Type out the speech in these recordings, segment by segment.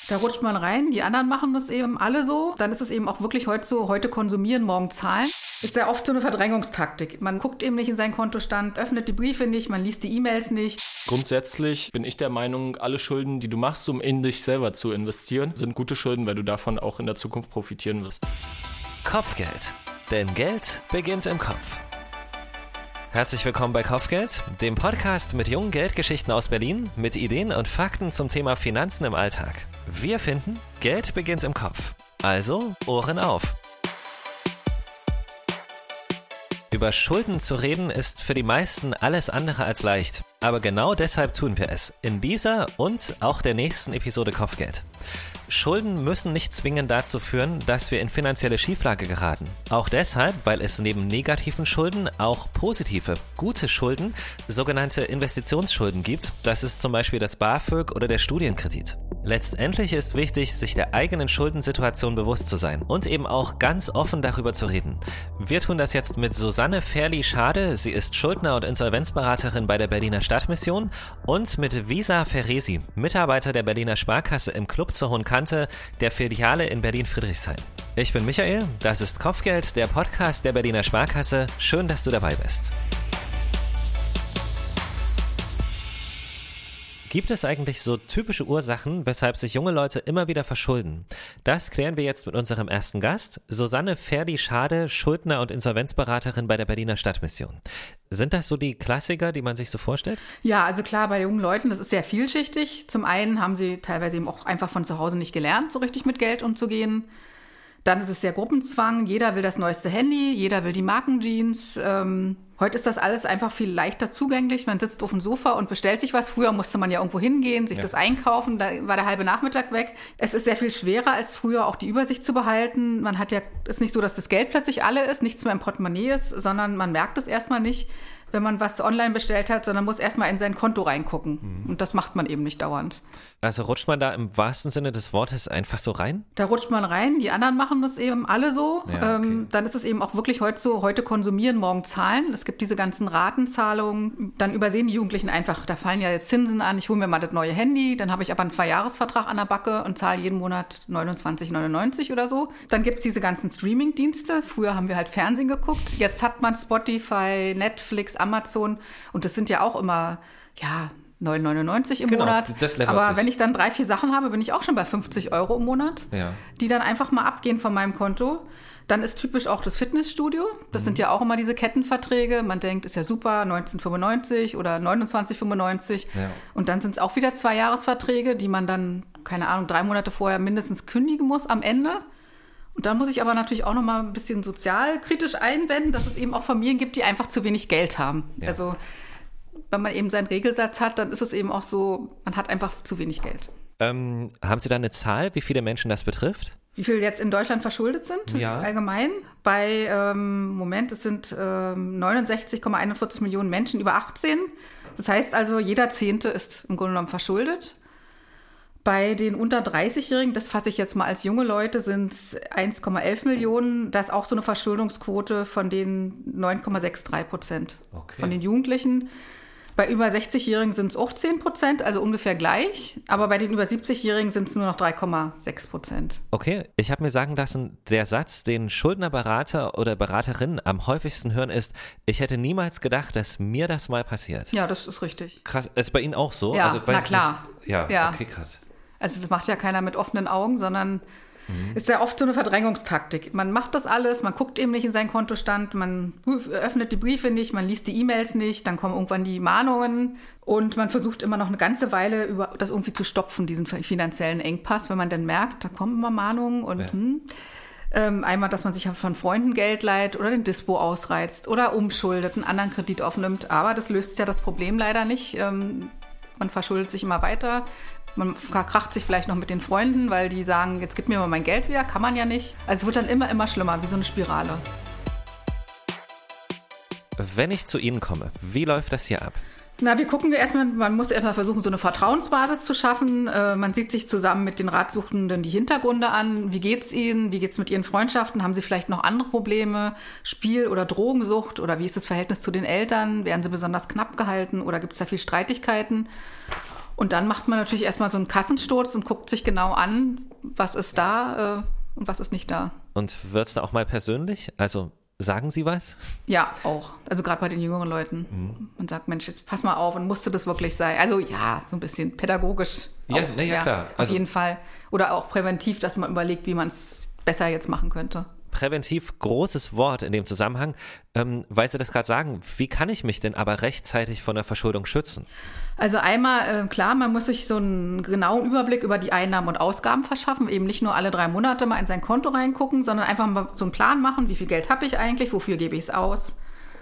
Da rutscht man rein, die anderen machen das eben alle so. Dann ist es eben auch wirklich heute so, heute konsumieren, morgen zahlen. Ist ja oft so eine Verdrängungstaktik. Man guckt eben nicht in seinen Kontostand, öffnet die Briefe nicht, man liest die E-Mails nicht. Grundsätzlich bin ich der Meinung, alle Schulden, die du machst, um in dich selber zu investieren, sind gute Schulden, weil du davon auch in der Zukunft profitieren wirst. Kopfgeld. Denn Geld beginnt im Kopf. Herzlich willkommen bei Kopfgeld, dem Podcast mit jungen Geldgeschichten aus Berlin, mit Ideen und Fakten zum Thema Finanzen im Alltag. Wir finden, Geld beginnt im Kopf. Also Ohren auf. Über Schulden zu reden ist für die meisten alles andere als leicht. Aber genau deshalb tun wir es. In dieser und auch der nächsten Episode Kopfgeld. Schulden müssen nicht zwingend dazu führen, dass wir in finanzielle Schieflage geraten. Auch deshalb, weil es neben negativen Schulden auch positive, gute Schulden, sogenannte Investitionsschulden gibt. Das ist zum Beispiel das BAföG oder der Studienkredit. Letztendlich ist wichtig, sich der eigenen Schuldensituation bewusst zu sein und eben auch ganz offen darüber zu reden. Wir tun das jetzt mit Susanne Ferli-Schade, sie ist Schuldner- und Insolvenzberaterin bei der Berliner Stadtmission, und mit Visa Ferresi, Mitarbeiter der Berliner Sparkasse im Club zur Hohen Kante, der Filiale in Berlin-Friedrichshain. Ich bin Michael, das ist Kopfgeld, der Podcast der Berliner Sparkasse. Schön, dass du dabei bist. Gibt es eigentlich so typische Ursachen, weshalb sich junge Leute immer wieder verschulden? Das klären wir jetzt mit unserem ersten Gast, Susanne Ferli-Schade, Schuldner- und Insolvenzberaterin bei der Berliner Stadtmission. Sind das so die Klassiker, die man sich so vorstellt? Ja, also klar, bei jungen Leuten, das ist sehr vielschichtig. Zum einen haben sie teilweise eben auch einfach von zu Hause nicht gelernt, so richtig mit Geld umzugehen. Dann ist es der Gruppenzwang, jeder will das neueste Handy, jeder will die Markenjeans. Heute ist das alles einfach viel leichter zugänglich. Man sitzt auf dem Sofa und bestellt sich was. Früher musste man ja irgendwo hingehen, sich das einkaufen, da war der halbe Nachmittag weg. Es ist sehr viel schwerer als früher, auch die Übersicht zu behalten. Man hat ja, ist nicht so, dass das Geld plötzlich alle ist, nichts mehr im Portemonnaie ist, sondern man merkt es erstmal nicht, wenn man was online bestellt hat, sondern muss erstmal in sein Konto reingucken. Und das macht man eben nicht dauernd. Also rutscht man da im wahrsten Sinne des Wortes einfach so rein? Da rutscht man rein, die anderen machen das eben alle so. Ja, okay. Dann ist es eben auch wirklich heute so, heute konsumieren, morgen zahlen. Es gibt diese ganzen Ratenzahlungen. Dann übersehen die Jugendlichen einfach, da fallen ja jetzt Zinsen an, ich hole mir mal das neue Handy, dann habe ich aber einen 2-Jahres-Vertrag an der Backe und zahle jeden Monat 29,99 oder so. Dann gibt es diese ganzen Streaming-Dienste. Früher haben wir halt Fernsehen geguckt. Jetzt hat man Spotify, Netflix, Amazon, und das sind ja auch immer, 9,99 im Monat. Das läppert aber sich. wenn ich dann 3-4 Sachen habe, bin ich auch schon bei 50 € im Monat, die dann einfach mal abgehen von meinem Konto. Dann ist typisch auch das Fitnessstudio. Das sind ja auch immer diese Kettenverträge. Man denkt, ist ja super, 19,95 oder 29,95. Ja. Und dann sind es auch wieder 2-Jahresverträge, die man dann, keine Ahnung, 3 Monate vorher mindestens kündigen muss am Ende. Und dann muss ich aber natürlich auch noch mal ein bisschen sozialkritisch einwenden, dass es eben auch Familien gibt, die einfach zu wenig Geld haben. Ja. Also wenn man eben seinen Regelsatz hat, dann ist es eben auch so, man hat einfach zu wenig Geld. Haben Sie da eine Zahl, wie viele Menschen das betrifft? Wie viele jetzt in Deutschland verschuldet sind? Ja. Allgemein? Es sind 69,41 Millionen Menschen über 18. Das heißt also, jeder Zehnte ist im Grunde genommen verschuldet. Bei den unter 30-Jährigen, das fasse ich jetzt mal als junge Leute, sind es 1,11 Millionen. Da ist auch so eine Verschuldungsquote von den 9,63%. Okay. Von den Jugendlichen. Bei über 60-Jährigen sind es auch 10%, also ungefähr gleich. Aber bei den über 70-Jährigen sind es nur noch 3,6%. Okay, ich habe mir sagen lassen, der Satz, den Schuldnerberater oder Beraterinnen am häufigsten hören, ist: Ich hätte niemals gedacht, dass mir das mal passiert. Ja, das ist richtig. Krass, ist bei Ihnen auch so? Ja, also, na klar. Nicht, ja, okay, krass. Also das macht ja keiner mit offenen Augen, sondern ist ja oft so eine Verdrängungstaktik. Man macht das alles, man guckt eben nicht in seinen Kontostand, man öffnet die Briefe nicht, man liest die E-Mails nicht, dann kommen irgendwann die Mahnungen und man versucht immer noch eine ganze Weile das irgendwie zu stopfen, diesen finanziellen Engpass, wenn man dann merkt, da kommen immer Mahnungen und einmal, dass man sich von Freunden Geld leiht oder den Dispo ausreizt oder umschuldet, einen anderen Kredit aufnimmt. Aber das löst ja das Problem leider nicht. Man verschuldet sich immer weiter. Man verkracht sich vielleicht noch mit den Freunden, weil die sagen, jetzt gib mir mal mein Geld wieder. Kann man ja nicht. Also es wird dann immer schlimmer, wie so eine Spirale. Wenn ich zu Ihnen komme, wie läuft das hier ab? Na, wir gucken erstmal, man muss erstmal versuchen, so eine Vertrauensbasis zu schaffen. Man sieht sich zusammen mit den Ratsuchenden die Hintergründe an. Wie geht's Ihnen? Wie geht's mit Ihren Freundschaften? Haben Sie vielleicht noch andere Probleme? Spiel- oder Drogensucht? Oder wie ist das Verhältnis zu den Eltern? Werden Sie besonders knapp gehalten? Oder gibt es da viel Streitigkeiten? Und dann macht man natürlich erstmal so einen Kassensturz und guckt sich genau an, was ist da und was ist nicht da. Und wird es da auch mal persönlich? Also sagen Sie was? Ja, auch. Also gerade bei den jüngeren Leuten. Man sagt, Mensch, jetzt pass mal auf und musste das wirklich sein? Also ja, so ein bisschen pädagogisch. Ja, auch, klar. Auf jeden Fall. Oder auch präventiv, dass man überlegt, wie man es besser jetzt machen könnte. Präventiv, großes Wort in dem Zusammenhang. Weil Sie das gerade sagen, wie kann ich mich denn aber rechtzeitig von der Verschuldung schützen? Also einmal, klar, man muss sich so einen genauen Überblick über die Einnahmen und Ausgaben verschaffen, eben nicht nur alle 3 Monate mal in sein Konto reingucken, sondern einfach mal so einen Plan machen, wie viel Geld habe ich eigentlich, wofür gebe ich es aus,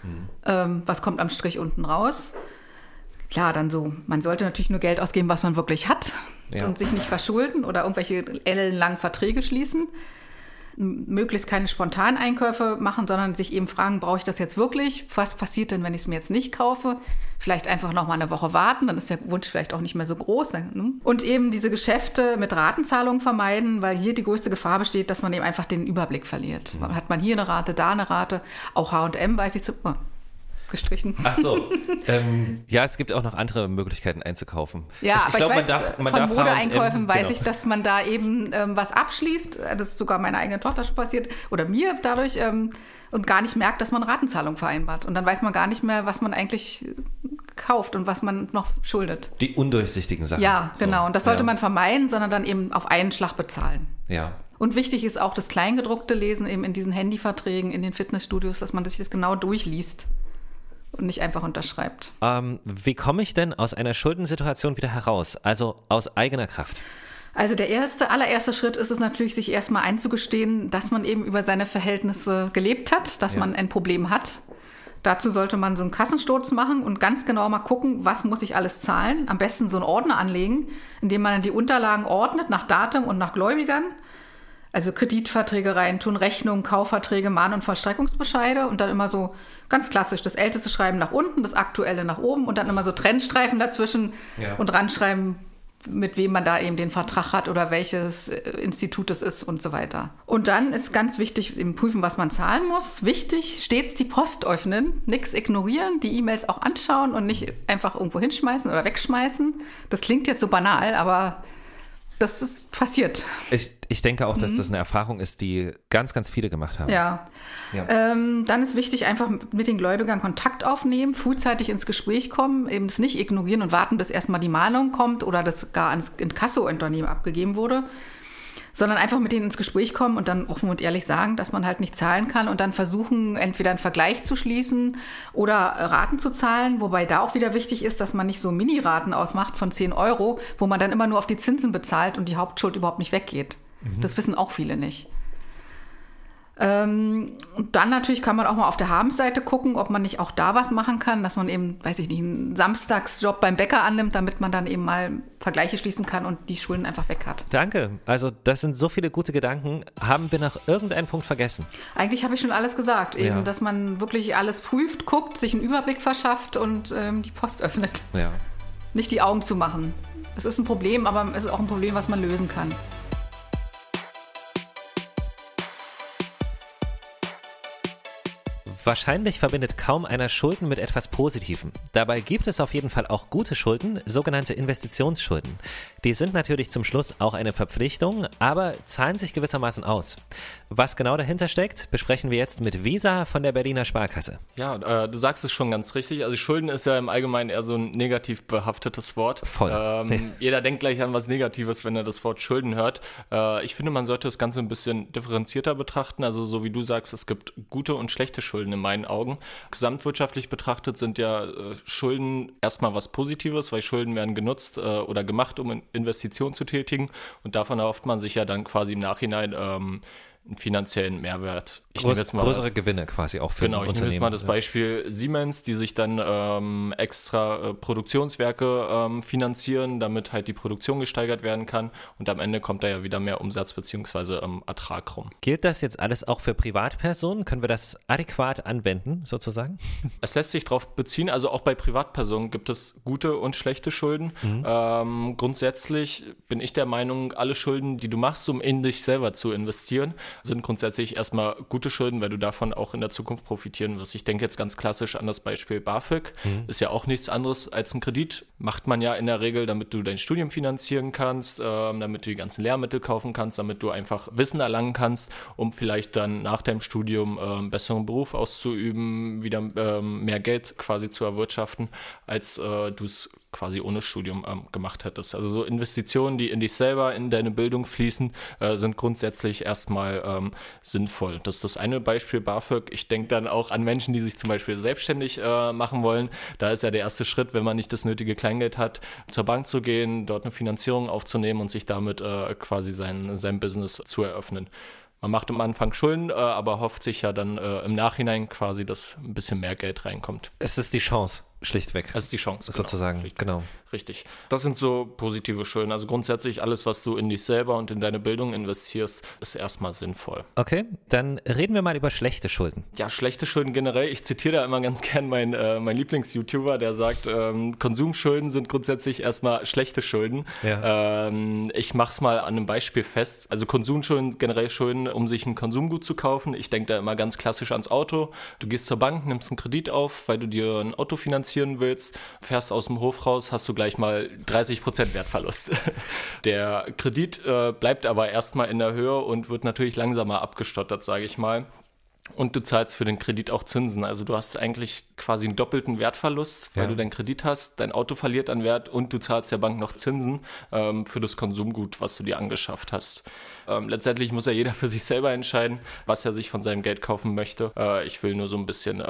was kommt am Strich unten raus. Klar, dann so, man sollte natürlich nur Geld ausgeben, was man wirklich hat und sich nicht verschulden oder irgendwelche ellenlangen Verträge schließen. Möglichst keine Spontaneinkäufe machen, sondern sich eben fragen, brauche ich das jetzt wirklich? Was passiert denn, wenn ich es mir jetzt nicht kaufe? Vielleicht einfach noch mal eine Woche warten, dann ist der Wunsch vielleicht auch nicht mehr so groß. Und eben diese Geschäfte mit Ratenzahlungen vermeiden, weil hier die größte Gefahr besteht, dass man eben einfach den Überblick verliert. Hat man hier eine Rate, da eine Rate, auch H&M weiß ich gestrichen. Ach so. Ja, es gibt auch noch andere Möglichkeiten einzukaufen. Ja, ich aber glaube, ich weiß, man darf von Modeeinkäufen weiß genau. ich, dass man da eben was abschließt. Das ist sogar meiner eigenen Tochter schon passiert. Oder mir dadurch. Und gar nicht merkt, dass man Ratenzahlung vereinbart. Und dann weiß man gar nicht mehr, was man eigentlich kauft und was man noch schuldet. Die undurchsichtigen Sachen. Ja, genau. Und das sollte man vermeiden, sondern dann eben auf einen Schlag bezahlen. Ja. Und wichtig ist auch das Kleingedruckte Lesen eben in diesen Handyverträgen, in den Fitnessstudios, dass man sich das genau durchliest. Und nicht einfach unterschreibt. Wie komme ich denn aus einer Schuldensituation wieder heraus? Also aus eigener Kraft? Also der allererste Schritt ist es natürlich, sich erstmal einzugestehen, dass man eben über seine Verhältnisse gelebt hat, dass man ein Problem hat. Dazu sollte man so einen Kassensturz machen und ganz genau mal gucken, was muss ich alles zahlen. Am besten so einen Ordner anlegen, in dem man dann die Unterlagen ordnet nach Datum und nach Gläubigern. Also Kreditverträge reintun, Rechnungen, Kaufverträge, Mahn- und Vollstreckungsbescheide und dann immer so ganz klassisch das älteste Schreiben nach unten, das aktuelle nach oben und dann immer so Trennstreifen dazwischen und ranschreiben, mit wem man da eben den Vertrag hat oder welches Institut es ist und so weiter. Und dann ist ganz wichtig, eben prüfen, was man zahlen muss. Wichtig, stets die Post öffnen, nichts ignorieren, die E-Mails auch anschauen und nicht einfach irgendwo hinschmeißen oder wegschmeißen. Das klingt jetzt so banal, aber das ist passiert. Ich denke auch, dass das eine Erfahrung ist, die ganz, ganz viele gemacht haben. Ja. Dann ist wichtig, einfach mit den Gläubigern Kontakt aufnehmen, frühzeitig ins Gespräch kommen, eben es nicht ignorieren und warten, bis erstmal die Mahnung kommt oder das gar ans Inkasso-Unternehmen abgegeben wurde, sondern einfach mit denen ins Gespräch kommen und dann offen und ehrlich sagen, dass man halt nicht zahlen kann und dann versuchen, entweder einen Vergleich zu schließen oder Raten zu zahlen, wobei da auch wieder wichtig ist, dass man nicht so Mini-Raten ausmacht von 10 €, wo man dann immer nur auf die Zinsen bezahlt und die Hauptschuld überhaupt nicht weggeht. Das wissen auch viele nicht. Und dann natürlich kann man auch mal auf der Habensseite gucken, ob man nicht auch da was machen kann, dass man eben, weiß ich nicht, einen Samstagsjob beim Bäcker annimmt, damit man dann eben mal Vergleiche schließen kann und die Schulden einfach weg hat. Danke. Also das sind so viele gute Gedanken. Haben wir noch irgendeinen Punkt vergessen? Eigentlich habe ich schon alles gesagt, eben, dass man wirklich alles prüft, guckt, sich einen Überblick verschafft und die Post öffnet. Ja. Nicht die Augen zu machen. Es ist ein Problem, aber es ist auch ein Problem, was man lösen kann. Wahrscheinlich verbindet kaum einer Schulden mit etwas Positivem. Dabei gibt es auf jeden Fall auch gute Schulden, sogenannte Investitionsschulden. Die sind natürlich zum Schluss auch eine Verpflichtung, aber zahlen sich gewissermaßen aus. Was genau dahinter steckt, besprechen wir jetzt mit Visa von der Berliner Sparkasse. Ja, du sagst es schon ganz richtig. Also Schulden ist ja im Allgemeinen eher so ein negativ behaftetes Wort. Voll. Jeder denkt gleich an was Negatives, wenn er das Wort Schulden hört. Ich finde, man sollte das Ganze ein bisschen differenzierter betrachten. Also so wie du sagst, es gibt gute und schlechte Schulden in meinen Augen. Gesamtwirtschaftlich betrachtet sind ja Schulden erstmal was Positives, weil Schulden werden genutzt oder gemacht, um Investitionen zu tätigen. Und davon erhofft man sich ja dann quasi im Nachhinein einen finanziellen Mehrwert. Größere Gewinne quasi auch für Genau, ich nehme jetzt mal das Ja. Beispiel Siemens, die sich dann extra Produktionswerke finanzieren, damit halt die Produktion gesteigert werden kann und am Ende kommt da ja wieder mehr Umsatz bzw. Ertrag rum. Gilt das jetzt alles auch für Privatpersonen? Können wir das adäquat anwenden, sozusagen? Es lässt sich darauf beziehen, also auch bei Privatpersonen gibt es gute und schlechte Schulden. Grundsätzlich bin ich der Meinung, alle Schulden, die du machst, um in dich selber zu investieren, sind grundsätzlich erstmal gute Schulden, weil du davon auch in der Zukunft profitieren wirst. Ich denke jetzt ganz klassisch an das Beispiel BAföG. Ist ja auch nichts anderes als ein Kredit. Macht man ja in der Regel, damit du dein Studium finanzieren kannst, damit du die ganzen Lehrmittel kaufen kannst, damit du einfach Wissen erlangen kannst, um vielleicht dann nach deinem Studium einen besseren Beruf auszuüben, wieder mehr Geld quasi zu erwirtschaften, als du es quasi ohne Studium gemacht hättest. Also so Investitionen, die in dich selber, in deine Bildung fließen, sind grundsätzlich erstmal sinnvoll. Das ist das eine Beispiel BAföG. Ich denke dann auch an Menschen, die sich zum Beispiel selbstständig machen wollen. Da ist ja der erste Schritt, wenn man nicht das nötige Kleingeld hat, zur Bank zu gehen, dort eine Finanzierung aufzunehmen und sich damit quasi sein Business zu eröffnen. Man macht am Anfang Schulden, aber hofft sich ja dann im Nachhinein quasi, dass ein bisschen mehr Geld reinkommt. Es ist die Chance, schlichtweg. Es ist die Chance, sozusagen, genau. Richtig. Das sind so positive Schulden. Also grundsätzlich alles, was du in dich selber und in deine Bildung investierst, ist erstmal sinnvoll. Okay, dann reden wir mal über schlechte Schulden. Ja, schlechte Schulden generell. Ich zitiere da immer ganz gern mein Lieblings-YouTuber, der sagt, Konsumschulden sind grundsätzlich erstmal schlechte Schulden. Ja. Ich mache es mal an einem Beispiel fest. Also Konsumschulden, generell Schulden, um sich ein Konsumgut zu kaufen. Ich denke da immer ganz klassisch ans Auto. Du gehst zur Bank, nimmst einen Kredit auf, weil du dir ein Auto finanzieren willst, fährst aus dem Hof raus, hast du gleich mal 30% Wertverlust. Der Kredit bleibt aber erstmal in der Höhe und wird natürlich langsamer abgestottert, sage ich mal. Und du zahlst für den Kredit auch Zinsen. Also du hast eigentlich quasi einen doppelten Wertverlust, weil du deinen Kredit hast, dein Auto verliert an Wert und du zahlst der Bank noch Zinsen für das Konsumgut, was du dir angeschafft hast. Letztendlich muss ja jeder für sich selber entscheiden, was er sich von seinem Geld kaufen möchte. Ich will nur so ein bisschen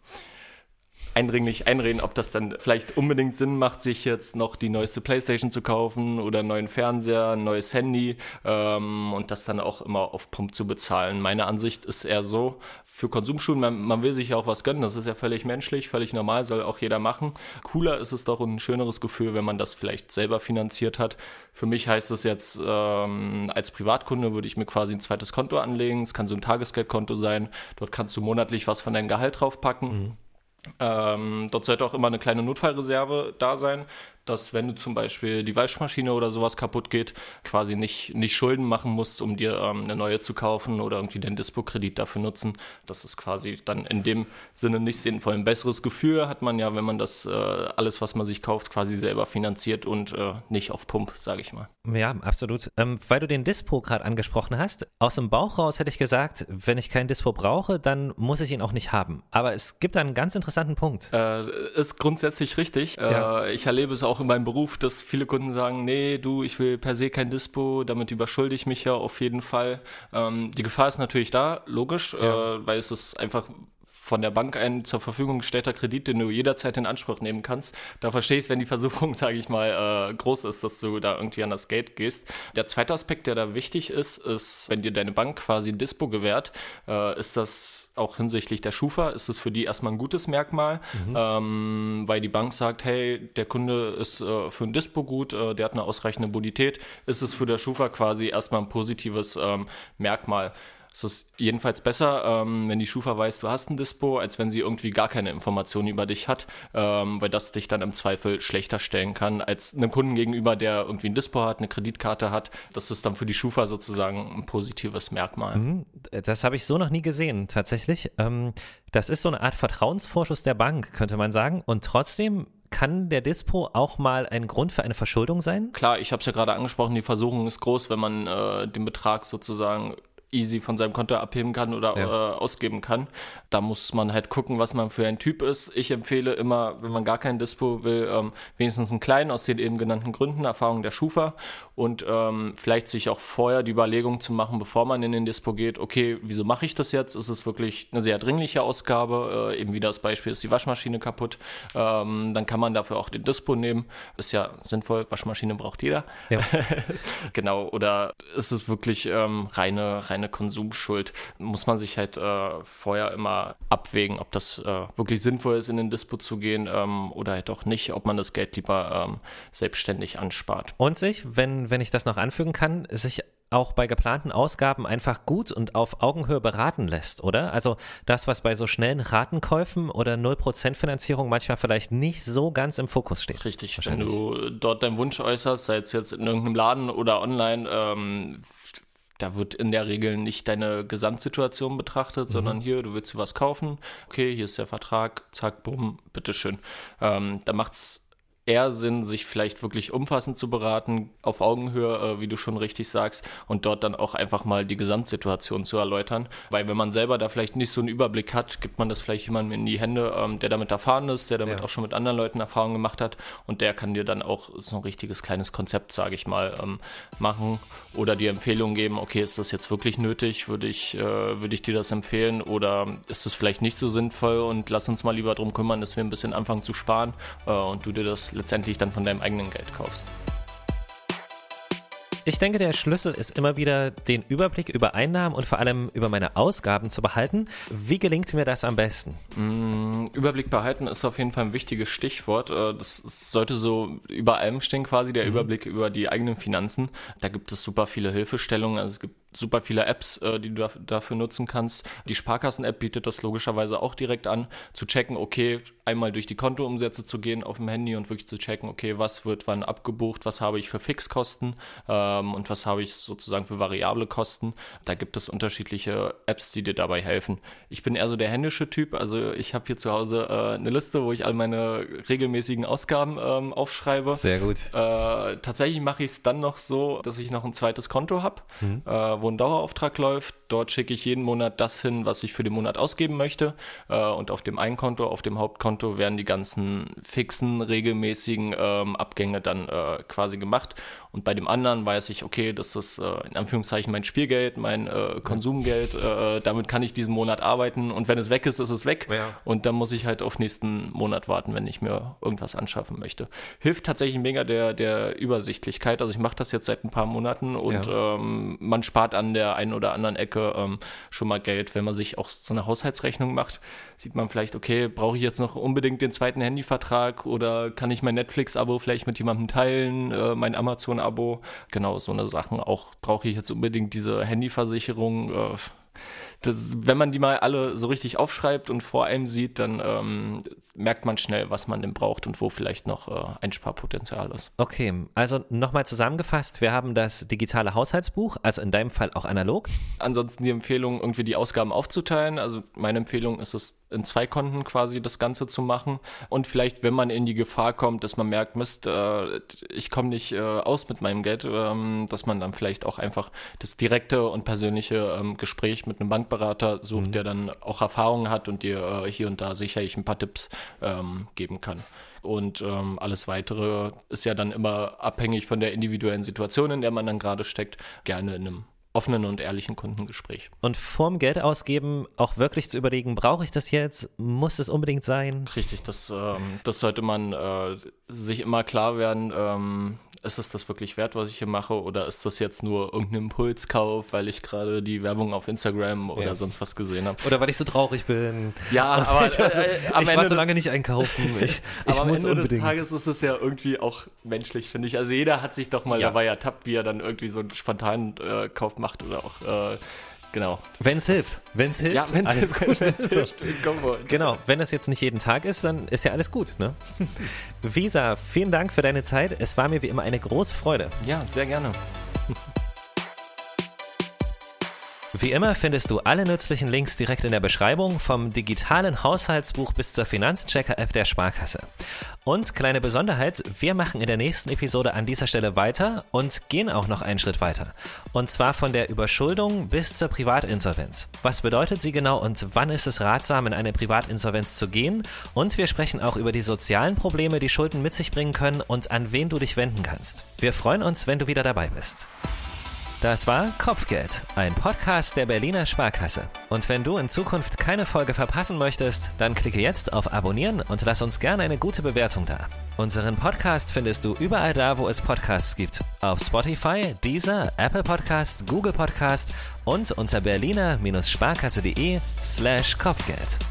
eindringlich einreden, ob das dann vielleicht unbedingt Sinn macht, sich jetzt noch die neueste Playstation zu kaufen oder einen neuen Fernseher, ein neues Handy und das dann auch immer auf Pump zu bezahlen. Meine Ansicht ist eher so, für Konsumschulden, man will sich ja auch was gönnen, das ist ja völlig menschlich, völlig normal, soll auch jeder machen. Cooler ist es doch und ein schöneres Gefühl, wenn man das vielleicht selber finanziert hat. Für mich heißt es jetzt, als Privatkunde würde ich mir quasi ein zweites Konto anlegen, es kann so ein Tagesgeldkonto sein, dort kannst du monatlich was von deinem Gehalt draufpacken. Dort sollte auch immer eine kleine Notfallreserve da sein, dass wenn du zum Beispiel die Waschmaschine oder sowas kaputt geht, quasi nicht Schulden machen musst, um dir eine neue zu kaufen oder irgendwie den Dispo-Kredit dafür nutzen. Das ist quasi dann in dem Sinne nicht sinnvoll. Ein besseres Gefühl hat man ja, wenn man das alles, was man sich kauft, quasi selber finanziert und nicht auf Pump, sage ich mal. Ja, absolut. Weil du den Dispo gerade angesprochen hast, aus dem Bauch raus hätte ich gesagt, wenn ich keinen Dispo brauche, dann muss ich ihn auch nicht haben. Aber es gibt einen ganz interessanten Punkt. Ist grundsätzlich richtig. Ja. Ich erlebe es auch in meinem Beruf, dass viele Kunden sagen, nee, ich will per se kein Dispo, damit überschulde ich mich ja auf jeden Fall. Die Gefahr ist natürlich da, logisch, weil es ist einfach von der Bank ein zur Verfügung gestellter Kredit, den du jederzeit in Anspruch nehmen kannst. Da verstehe ich es, wenn die Versuchung, sage ich mal, groß ist, dass du da irgendwie an das Geld gehst. Der zweite Aspekt, der da wichtig ist, wenn dir deine Bank quasi ein Dispo gewährt, ist das auch hinsichtlich der Schufa, ist es für die erstmal ein gutes Merkmal, weil die Bank sagt, hey, der Kunde ist für ein Dispo gut, der hat eine ausreichende Bonität, ist es für der Schufa quasi erstmal ein positives Merkmal. Es ist jedenfalls besser, wenn die Schufa weiß, du hast ein Dispo, als wenn sie irgendwie gar keine Informationen über dich hat, weil das dich dann im Zweifel schlechter stellen kann, als einem Kunden gegenüber, der irgendwie ein Dispo hat, eine Kreditkarte hat. Das ist dann für die Schufa sozusagen ein positives Merkmal. Das habe ich so noch nie gesehen, tatsächlich. Das ist so eine Art Vertrauensvorschuss der Bank, könnte man sagen. Und trotzdem kann der Dispo auch mal ein Grund für eine Verschuldung sein? Klar, ich habe es ja gerade angesprochen, die Versuchung ist groß, wenn man den Betrag sozusagen easy von seinem Konto abheben kann oder ausgeben kann. Da muss man halt gucken, was man für ein Typ ist. Ich empfehle immer, wenn man gar kein Dispo will, wenigstens einen kleinen, aus den eben genannten Gründen, Erfahrung der Schufa und vielleicht sich auch vorher die Überlegung zu machen, bevor man in den Dispo geht, okay, wieso mache ich das jetzt? Ist es wirklich eine sehr dringliche Ausgabe? Eben wieder das Beispiel, ist die Waschmaschine kaputt? Dann kann man dafür auch den Dispo nehmen. Ist ja sinnvoll, Waschmaschine braucht jeder. Ja. Genau, oder ist es wirklich reine Konsumschuld? Muss man sich halt vorher immer abwägen, ob das wirklich sinnvoll ist, in den Dispo zu gehen oder halt auch nicht, ob man das Geld lieber selbstständig anspart. Und sich, wenn ich das noch anfügen kann, sich auch bei geplanten Ausgaben einfach gut und auf Augenhöhe beraten lässt, oder? Also das, was bei so schnellen Ratenkäufen oder 0% Finanzierung manchmal vielleicht nicht so ganz im Fokus steht. Richtig, wenn du dort deinen Wunsch äußerst, sei es jetzt in irgendeinem Laden oder online, Da wird in der Regel nicht deine Gesamtsituation betrachtet, sondern hier, du willst dir was kaufen, okay, hier ist der Vertrag, zack, bumm, bitteschön. Da macht's eher Sinn, sich vielleicht wirklich umfassend zu beraten, auf Augenhöhe, wie du schon richtig sagst, und dort dann auch einfach mal die Gesamtsituation zu erläutern. Weil wenn man selber da vielleicht nicht so einen Überblick hat, gibt man das vielleicht jemandem in die Hände, der damit erfahren ist, der damit auch schon mit anderen Leuten Erfahrungen gemacht hat, und der kann dir dann auch so ein richtiges kleines Konzept, sage ich mal, machen oder die Empfehlung geben, okay, ist das jetzt wirklich nötig, würde ich dir das empfehlen, oder ist das vielleicht nicht so sinnvoll und lass uns mal lieber darum kümmern, dass wir ein bisschen anfangen zu sparen und du dir das letztendlich dann von deinem eigenen Geld kaufst. Ich denke, der Schlüssel ist immer wieder, den Überblick über Einnahmen und vor allem über meine Ausgaben zu behalten. Wie gelingt mir das am besten? Überblick behalten ist auf jeden Fall ein wichtiges Stichwort. Das sollte so über allem stehen quasi, der Überblick über die eigenen Finanzen. Da gibt es super viele Hilfestellungen, also es gibt super viele Apps, die du dafür nutzen kannst. Die Sparkassen-App bietet das logischerweise auch direkt an, zu checken, okay, einmal durch die Kontoumsätze zu gehen auf dem Handy und wirklich zu checken, okay, was wird wann abgebucht, was habe ich für Fixkosten und was habe ich sozusagen für variable Kosten. Da gibt es unterschiedliche Apps, die dir dabei helfen. Ich bin eher so der händische Typ, also ich habe hier zu Hause eine Liste, wo ich all meine regelmäßigen Ausgaben aufschreibe. Sehr gut. Tatsächlich mache ich es dann noch so, dass ich noch ein zweites Konto habe, wo ein Dauerauftrag läuft. Dort schicke ich jeden Monat das hin, was ich für den Monat ausgeben möchte. Und auf dem einen Konto, auf dem Hauptkonto, werden die ganzen fixen, regelmäßigen Abgänge dann quasi gemacht. Und bei dem anderen weiß ich, okay, das ist in Anführungszeichen mein Spielgeld, mein Konsumgeld. Damit kann ich diesen Monat arbeiten. Und wenn es weg ist, ist es weg. Ja. Und dann muss ich halt auf nächsten Monat warten, wenn ich mir irgendwas anschaffen möchte. Hilft tatsächlich mega der Übersichtlichkeit. Also ich mache das jetzt seit ein paar Monaten und man spart an der einen oder anderen Ecke schon mal Geld. Wenn man sich auch so eine Haushaltsrechnung macht, sieht man vielleicht, okay, brauche ich jetzt noch unbedingt den zweiten Handyvertrag oder kann ich mein Netflix-Abo vielleicht mit jemandem teilen, mein Amazon-Abo. Genau, so eine Sachen. Auch brauche ich jetzt unbedingt diese Handyversicherung. Wenn man die mal alle so richtig aufschreibt und vor einem sieht, dann merkt man schnell, was man denn braucht und wo vielleicht noch Einsparpotenzial ist. Okay, also nochmal zusammengefasst, wir haben das digitale Haushaltsbuch, also in deinem Fall auch analog. Ansonsten die Empfehlung, irgendwie die Ausgaben aufzuteilen. Also meine Empfehlung ist es, in 2 Konten quasi das Ganze zu machen. Und vielleicht, wenn man in die Gefahr kommt, dass man merkt, Mist, ich komme nicht aus mit meinem Geld, dass man dann vielleicht auch einfach das direkte und persönliche Gespräch mit einem Bankberater sucht, der dann auch Erfahrungen hat und dir hier und da sicherlich ein paar Tipps geben kann. Und alles Weitere ist ja dann immer abhängig von der individuellen Situation, in der man dann gerade steckt, gerne in einem offenen und ehrlichen Kundengespräch. Und vorm Geld ausgeben auch wirklich zu überlegen, brauche ich das jetzt? Muss es unbedingt sein? Richtig, das sollte man sich immer klar werden, ist es das wirklich wert, was ich hier mache, oder ist das jetzt nur irgendein Impulskauf, weil ich gerade die Werbung auf Instagram oder sonst was gesehen habe? Oder weil ich so traurig bin. Ja, aber ich war so lange nicht einkaufen. Ich aber muss am Ende unbedingt. des Tages ist es ja irgendwie auch menschlich, finde ich. Also jeder hat sich doch mal dabei ertappt, wie er dann irgendwie so einen spontanen Kauf macht oder auch genau. Wenn es hilft. Ja, wenn es hilft. Genau, wenn es jetzt nicht jeden Tag ist, dann ist ja alles gut, ne? Visa, vielen Dank für deine Zeit. Es war mir wie immer eine große Freude. Ja, sehr gerne. Wie immer findest du alle nützlichen Links direkt in der Beschreibung, vom digitalen Haushaltsbuch bis zur Finanzchecker-App der Sparkasse. Und kleine Besonderheit, wir machen in der nächsten Episode an dieser Stelle weiter und gehen auch noch einen Schritt weiter. Und zwar von der Überschuldung bis zur Privatinsolvenz. Was bedeutet sie genau und wann ist es ratsam, in eine Privatinsolvenz zu gehen? Und wir sprechen auch über die sozialen Probleme, die Schulden mit sich bringen können und an wen du dich wenden kannst. Wir freuen uns, wenn du wieder dabei bist. Das war Kopfgeld, ein Podcast der Berliner Sparkasse. Und wenn du in Zukunft keine Folge verpassen möchtest, dann klicke jetzt auf Abonnieren und lass uns gerne eine gute Bewertung da. Unseren Podcast findest du überall da, wo es Podcasts gibt. Auf Spotify, Deezer, Apple Podcast, Google Podcast und unter berliner-sparkasse.de/Kopfgeld.